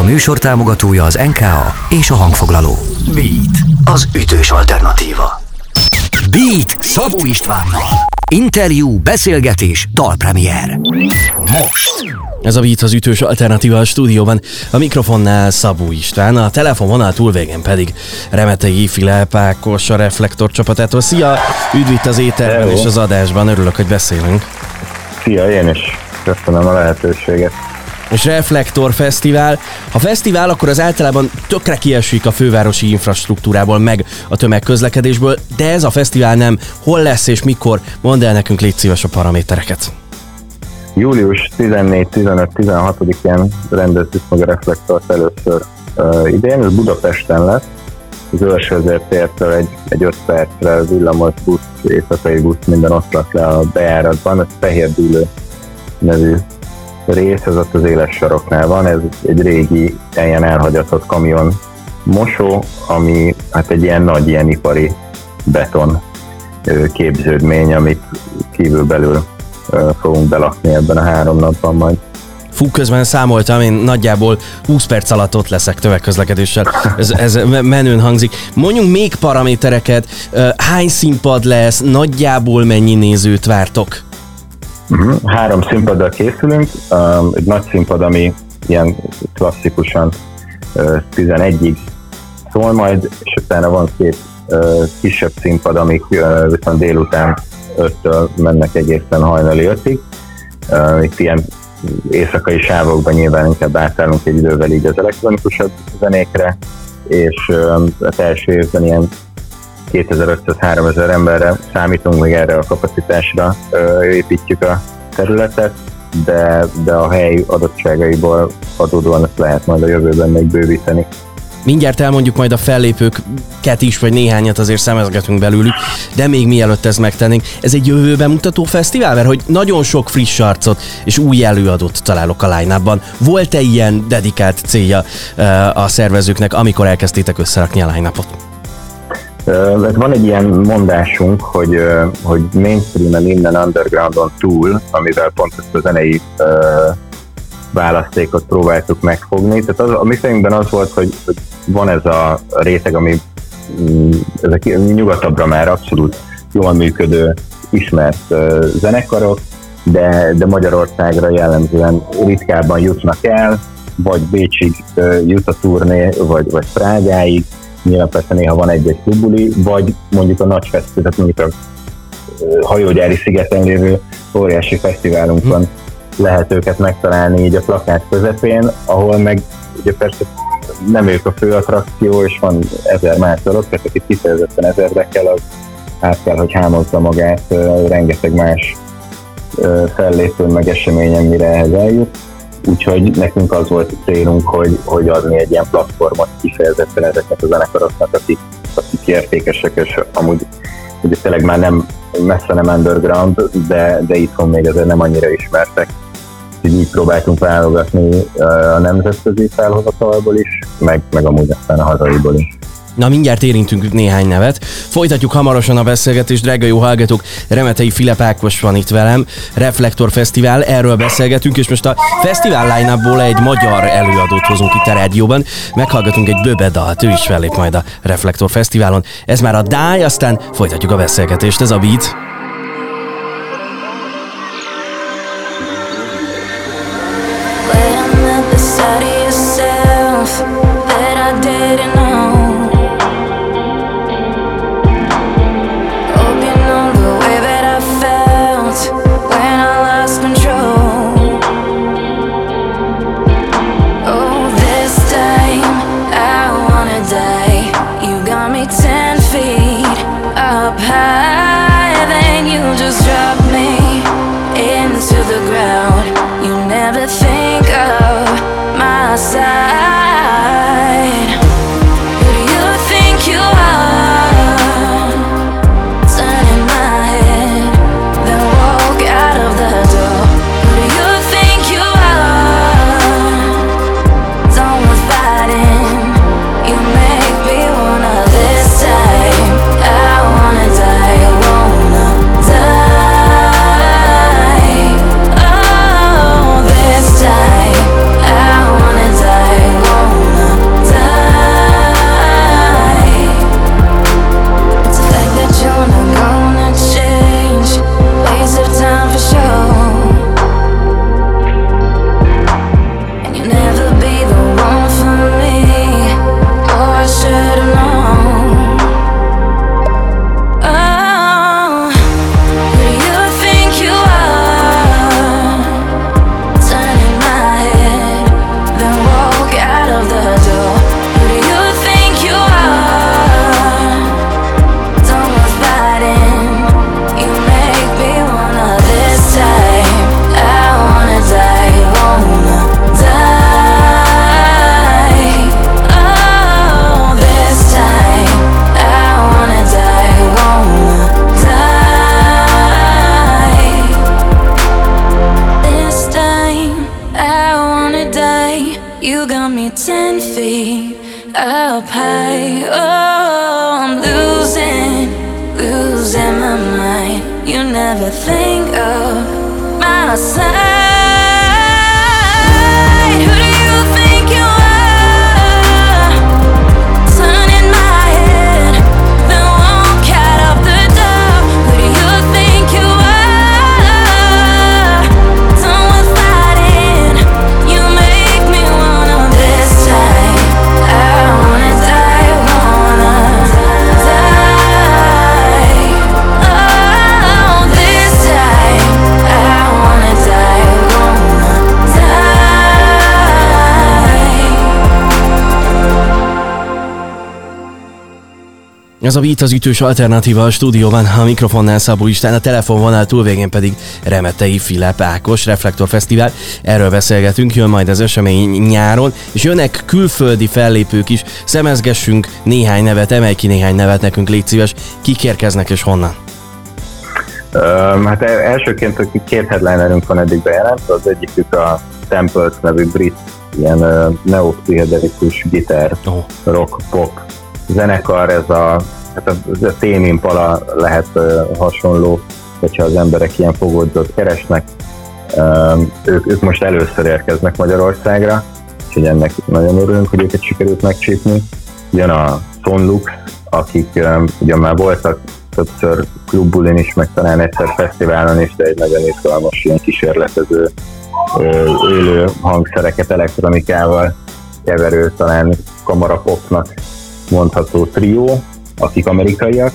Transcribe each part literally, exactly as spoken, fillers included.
műsor támogatója az en ká á és a hangfoglaló. Beat, az ütős alternatíva. Beat Szabó Istvánnal. Interjú, beszélgetés, dalpremier. Most. Ez a Beat az ütős alternatíva a stúdióban. A mikrofonnál Szabó István, a telefonvonal túlvégén pedig Remetei Filip Ákos a Reflektor csapatától. Szia! Üdv itt az éterben Hello. És az adásban. Örülök, hogy beszélünk. Szia, én is. Köszönöm a lehetőséget. És Reflektor Fesztivál. Ha fesztivál, akkor az általában tökre kiesik a fővárosi infrastruktúrából, meg a tömegközlekedésből, de ez a fesztivál nem. Hol lesz és mikor? Mondd el nekünk, légy szíves, a paramétereket. július tizennégy, tizenöt, tizenhatodikán rendezzük meg a Reflektort először uh, idén. Ez Budapesten lesz. Az Őrsvezér tértől egy, egy öt percre villamos busz, éjszakai busz, minden ott lesz le a bejáratban. Ez Fehérdűlő nevű rész, ez ott az éles saroknál van. Ez egy régi, ilyen elhagyatott kamion mosó, ami hát egy ilyen nagy, ilyen ipari beton képződmény, amit kívülbelül fogunk belakni ebben a három napban majd. Fú, közben számoltam, én nagyjából húsz perc alatt ott leszek tömegközlekedéssel. Ez, ez menőn hangzik. Mondjunk még paramétereket. Hány színpad lesz? Nagyjából mennyi nézőt vártok? Uh-huh. Három színpaddal készülünk. Um, egy nagy színpad, ami ilyen klasszikusan uh, tizenegyig szól majd, és utána van két uh, kisebb színpad, amik uh, viszont délután öttől mennek egészen hajnali ötig. Uh, itt ilyen éjszakai sávokban nyilván inkább átállunk egy idővel így az elektronikusabb zenékre, és uh, az első évben ilyen kétezer-ötszáz-háromezer emberre számítunk, még erre a kapacitásra uh, építjük a területet, de, de a hely adottságaiból adódóan ezt lehet majd a jövőben még bővíteni. Mindjárt elmondjuk majd a fellépőket is, vagy néhányat azért szemezgetünk belőlük, de még mielőtt ezt megtennénk, ez egy jövőben mutató fesztivál, mert hogy nagyon sok friss arcot és új előadót találok a line-upban. Volt-e ilyen dedikált célja uh, a szervezőknek, amikor elkezdtétek összerakni a line-upot? Uh, van egy ilyen mondásunk, hogy, uh, hogy mainstreamen innen undergroundon túl, amivel pont ezt a zenei uh, választékot próbáltuk megfogni. Tehát az, a mi fejünkben az volt, hogy, hogy van ez a réteg, ami ezek nyugatabbra már abszolút jól működő, ismert uh, zenekarok, de, de Magyarországra jellemzően ritkábban jutnak el, vagy Bécsig uh, jut a turné, vagy, vagy Prágáig, nyilván persze néha van egy-egy klubuli, vagy mondjuk a nagy fesztivál, tehát mondjuk a uh, hajógyári szigeten lévő óriási fesztiválunkon hmm. lehet őket megtalálni így a plakát közepén, ahol meg ugye persze nem ők a fő attrakció, és van ezer más dolog, tehát aki kifejezetten ezerbe kell, az át kell, hogy hámozza magát uh, rengeteg más uh, fellépőn meg eseményen, mire ehhez eljut. Úgyhogy nekünk az volt a célunk, hogy, hogy adni egy ilyen platformot kifejezetten ezeknek a zenekaroknak, akik, akik értékesek, és amúgy ugye tényleg már nem messze nem underground, de, de itthon még azért nem annyira ismertek. Így, így próbáltunk válogatni a nemzetközi felhozatalból is, meg, meg amúgy aztán a hazaiból is. Na, mindjárt érintünk néhány nevet. Folytatjuk hamarosan a beszélgetést, drága jó hallgatók. Remetei Filip Ákos van itt velem, Reflektor Fesztivál, erről beszélgetünk, és most a fesztivál line-upból egy magyar előadót hozunk itt a rádióban. Meghallgatunk egy böbedalt, ő is fellép majd a Reflektor Fesztiválon. Ez már a dáj, aztán folytatjuk a beszélgetést, ez a Beat. Ten feet up high, then You got me ten feet up high. Oh, I'm losing, losing my mind. You never think of my side. Who do you think you are? Turning my head, then walk out of the door. Who do you think you are? Done with fighting. You make me wanna. This time I wanna die, wanna die. Oh, this time I wanna die, wanna die. Ez a Beat az ütős alternatíva a stúdióban, a mikrofonnál Szabó István, a telefonvonal túlvégén pedig Remetei Filip Ákos, Reflektor Fesztivál. Erről beszélgetünk, jön majd az esemény nyáron, és jönnek külföldi fellépők is. Szemezgessünk néhány nevet, emelj ki néhány nevet nekünk, légy szíves. Kik érkeznek és honnan? Um, hát elsőként két headlinerünk van eddig bejelentve, az egyikük a Temples nevű brit ilyen uh, neopszichedelikus gitár, Oh. rock, pop zenekar, ez a, hát a, a Tame Impala lehet uh, hasonló, hogyha az emberek ilyen fogódzót keresnek. Um, ők, ők most először érkeznek Magyarországra, úgyhogy ennek nagyon örülünk, hogy őket sikerült megcsípni. Jön a Sonlux, akik um, ugyan már voltak többször klubbulin is, meg talán egyszer fesztiválon is, de egy nagyon izgalmas, ilyen kísérletező, élő hangszereket elektronikával keverő, talán kamarapopnak mondható trió, akik amerikaiak.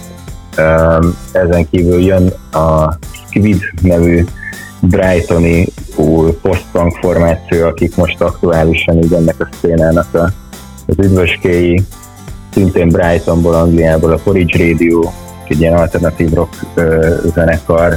Ezen kívül jön a Squid nevű brightoni post-punk formáció, akik most aktuálisan így ennek a szcénának a, az üdvöskéi, szintén Brightonból, Angliából, a Porridge Radio, egy ilyen alternatív rock ö, zenekar,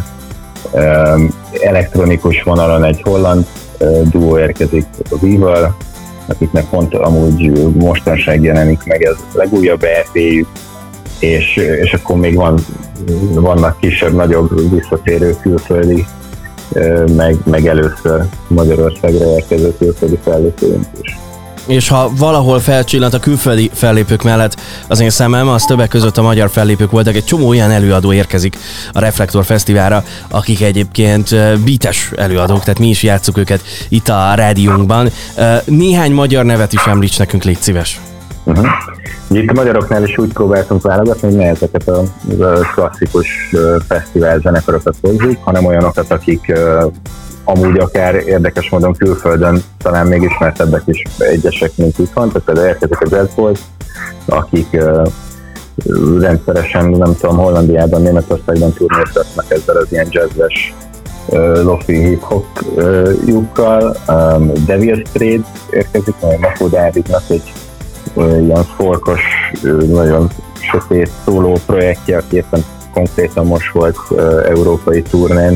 ö, elektronikus vonalon egy holland ö, duó érkezik, a Weevil, akiknek pont amúgy mostanság jelenik meg ez a legújabb é pé-jük, és, és akkor még van, vannak kisebb, nagyobb visszatérő külföldi, ö, meg, meg először Magyarországra érkező külföldi fellépőink is. És ha valahol felcsillant a külföldi fellépők mellett az én szemem, az többek között a magyar fellépők voltak, egy csomó olyan előadó érkezik a Reflektor Fesztiválra, akik egyébként beates előadók, tehát mi is játsszuk őket itt a rádiónkban. Néhány magyar nevet is említs nekünk, légy szíves. Uh-huh. Itt a magyaroknál is úgy próbáltunk válogatni, hogy ne ezeket a, a klasszikus fesztivál zenekarokat hozzuk, hanem olyanokat, akik amúgy akár érdekes módon külföldön talán még ismertebbek is egyesek, mint itt van. Tehát például érkezik a Jazz Boys, akik uh, rendszeresen, nem tudom, Hollandiában, Németországban turnéztatnak ezzel az ilyen jazzes uh, lofi hip-hop uh, lyukkal. Um, Devil Street érkezik, majd Makó Dávidnak egy uh, ilyen folkos, uh, nagyon sötét szóló projektje, aki éppen konkrétan most volt uh, európai turnén.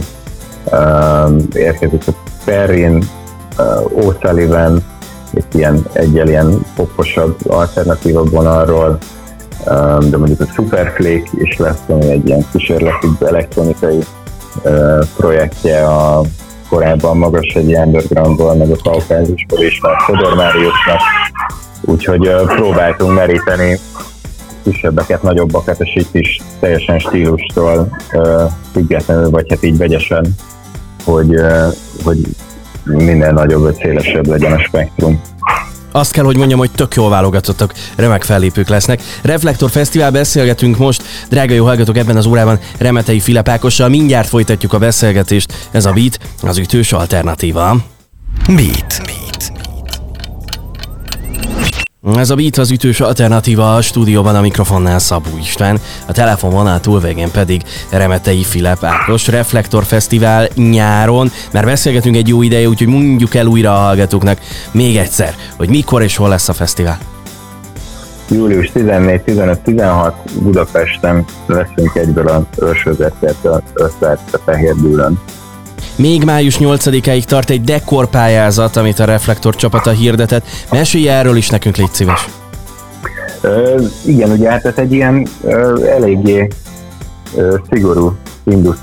Um, érkezik a Perrin, uh, O'Sullivan, itt ilyen egyel ilyen poposabb, alternatívabb vonalról, um, de mondjuk a Superflake is lesz, ami egy ilyen kísérleti elektronikai uh, projektje a korábban magas egy undergroundból, meg a Kaukázusból is, meg Fodor Máriusnak, úgyhogy uh, próbáltunk meríteni kisebbeket, nagyobbakat, és itt is teljesen stílustól uh, függetlenül, vagy hát így vegyesen, hogy, uh, hogy minden nagyobb, vagy szélesebb legyen a spektrum. Azt kell, hogy mondjam, hogy tök jól válogatottak, remek fellépők lesznek. Reflektor Fesztivál, beszélgetünk most, drága jó hallgatók, ebben az órában Remetei Filip Ákossal. Mindjárt folytatjuk a beszélgetést, ez a Beat, az ütős alternatíva. Beat. Ez a Beat az ütős alternatíva, a stúdióban a mikrofonnál Szabó István, a telefonvonal túlvégén pedig Remetei Filip Ákos, Reflektor Fesztivál nyáron. Már beszélgetünk egy jó ideje, úgyhogy mondjuk el újra a hallgatóknak még egyszer, hogy mikor és hol lesz a fesztivál. július tizennégy, tizenöt, tizenhat Budapesten leszünk egyből az Őrsözetértől öt a Fehérdűlön. Még május nyolcadikáig tart egy dekorpályázat, amit a Reflektor csapata hirdetett. Mesélj erről is nekünk, légy szíves. Ö, igen, ugye hát ez egy ilyen ö, eléggé ö, szigorú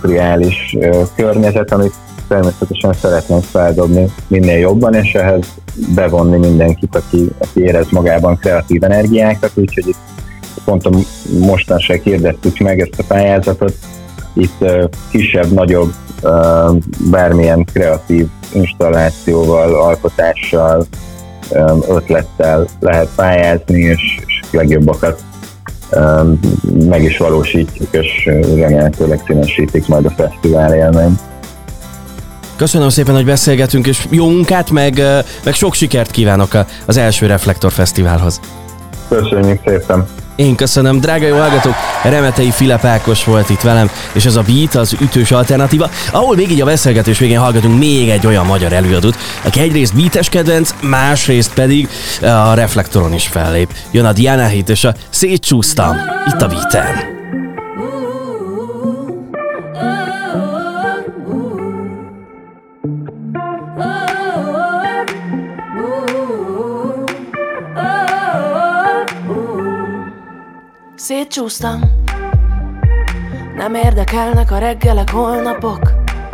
industriális ö, környezet, amit természetesen szeretnénk feldobni minél jobban, és ehhez bevonni mindenkit, aki, aki érez magában kreatív energiákat, úgyhogy itt pont a mostanság hirdettük meg ezt a pályázatot. Itt kisebb, nagyobb, bármilyen kreatív installációval, alkotással, ötlettel lehet pályázni, és, és legjobbakat meg is valósítjuk, és remélhetőleg színesítik majd a fesztivál élményt. Köszönöm szépen, hogy beszélgetünk, és jó munkát, meg, meg sok sikert kívánok az első Reflektor Fesztiválhoz. Köszönjük szépen! Én köszönöm, drága jó hallgatók, Remetei Filip Ákos volt itt velem, és ez a Beat, az ütős alternatíva, ahol végig a beszélgetés végén hallgatunk még egy olyan magyar előadót, aki egyrészt beates kedvenc, másrészt pedig a Reflektoron is fellép. Jön a Diana Hit és a Szétcsúsztam, itt a Beaten. Szétcsúsztam, nem érdekelnek a reggelek, holnapok.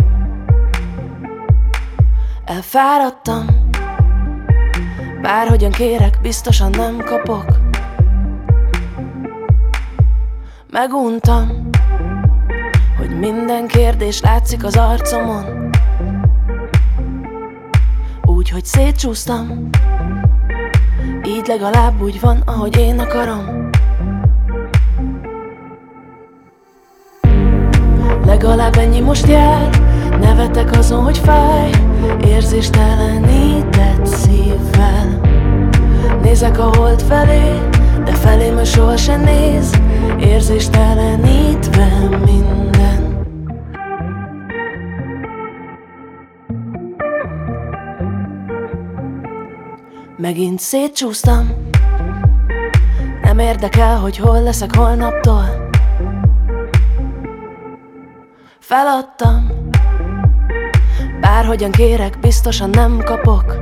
Elfáradtam, bárhogyan kérek, biztosan nem kapok. Meguntam, hogy minden kérdés látszik az arcomon. Úgyhogy szétcsúsztam, így legalább úgy van, ahogy én akarom. Legalább ennyi most jár, nevetek azon, hogy fáj, érzéstelenített szívvel. Nézek a hold felé, de felém ő sohasem néz, érzéstelenítve minden. Megint szétcsúsztam, nem érdekel, hogy hol leszek holnaptól. Feladtam, bárhogyan kérek, biztosan nem kapok.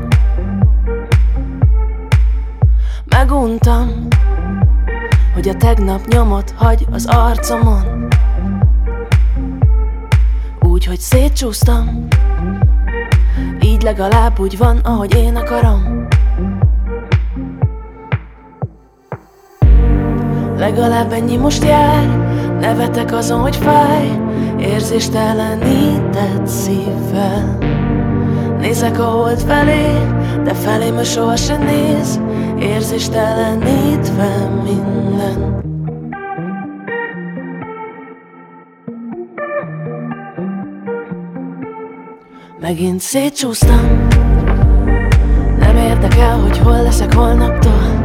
Meguntam, hogy a tegnap nyomot hagy az arcomon. Úgyhogy szétcsúsztam, így legalább úgy van, ahogy én akarom. Legalább ennyi most jár, nevetek azon, hogy fáj, érzéstelenített szívvel. Nézek a hold felé, de felém ő sohasem néz, érzéstelenítve minden. Megint szétcsúsztam, nem érdekel, hogy hol leszek holnaptól.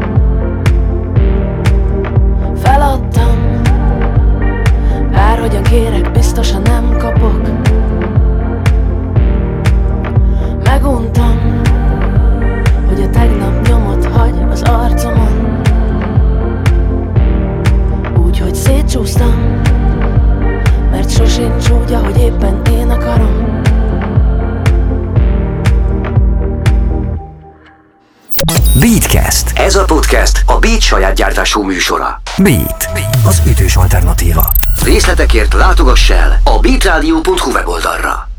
Feladtam, bárhogyan kérek, biztosan nem kapok. Meguntam, hogy a tegnap nyomot hagy az arcomon. Úgyhogy szétcsúsztam, mert sosincs úgy, ahogy éppen én akarom. Beatcast. Ez a podcast a Beat saját gyártású műsora. Beat, az ütős alternatíva. Részletekért látogass el a beatradio pont hu weboldalra.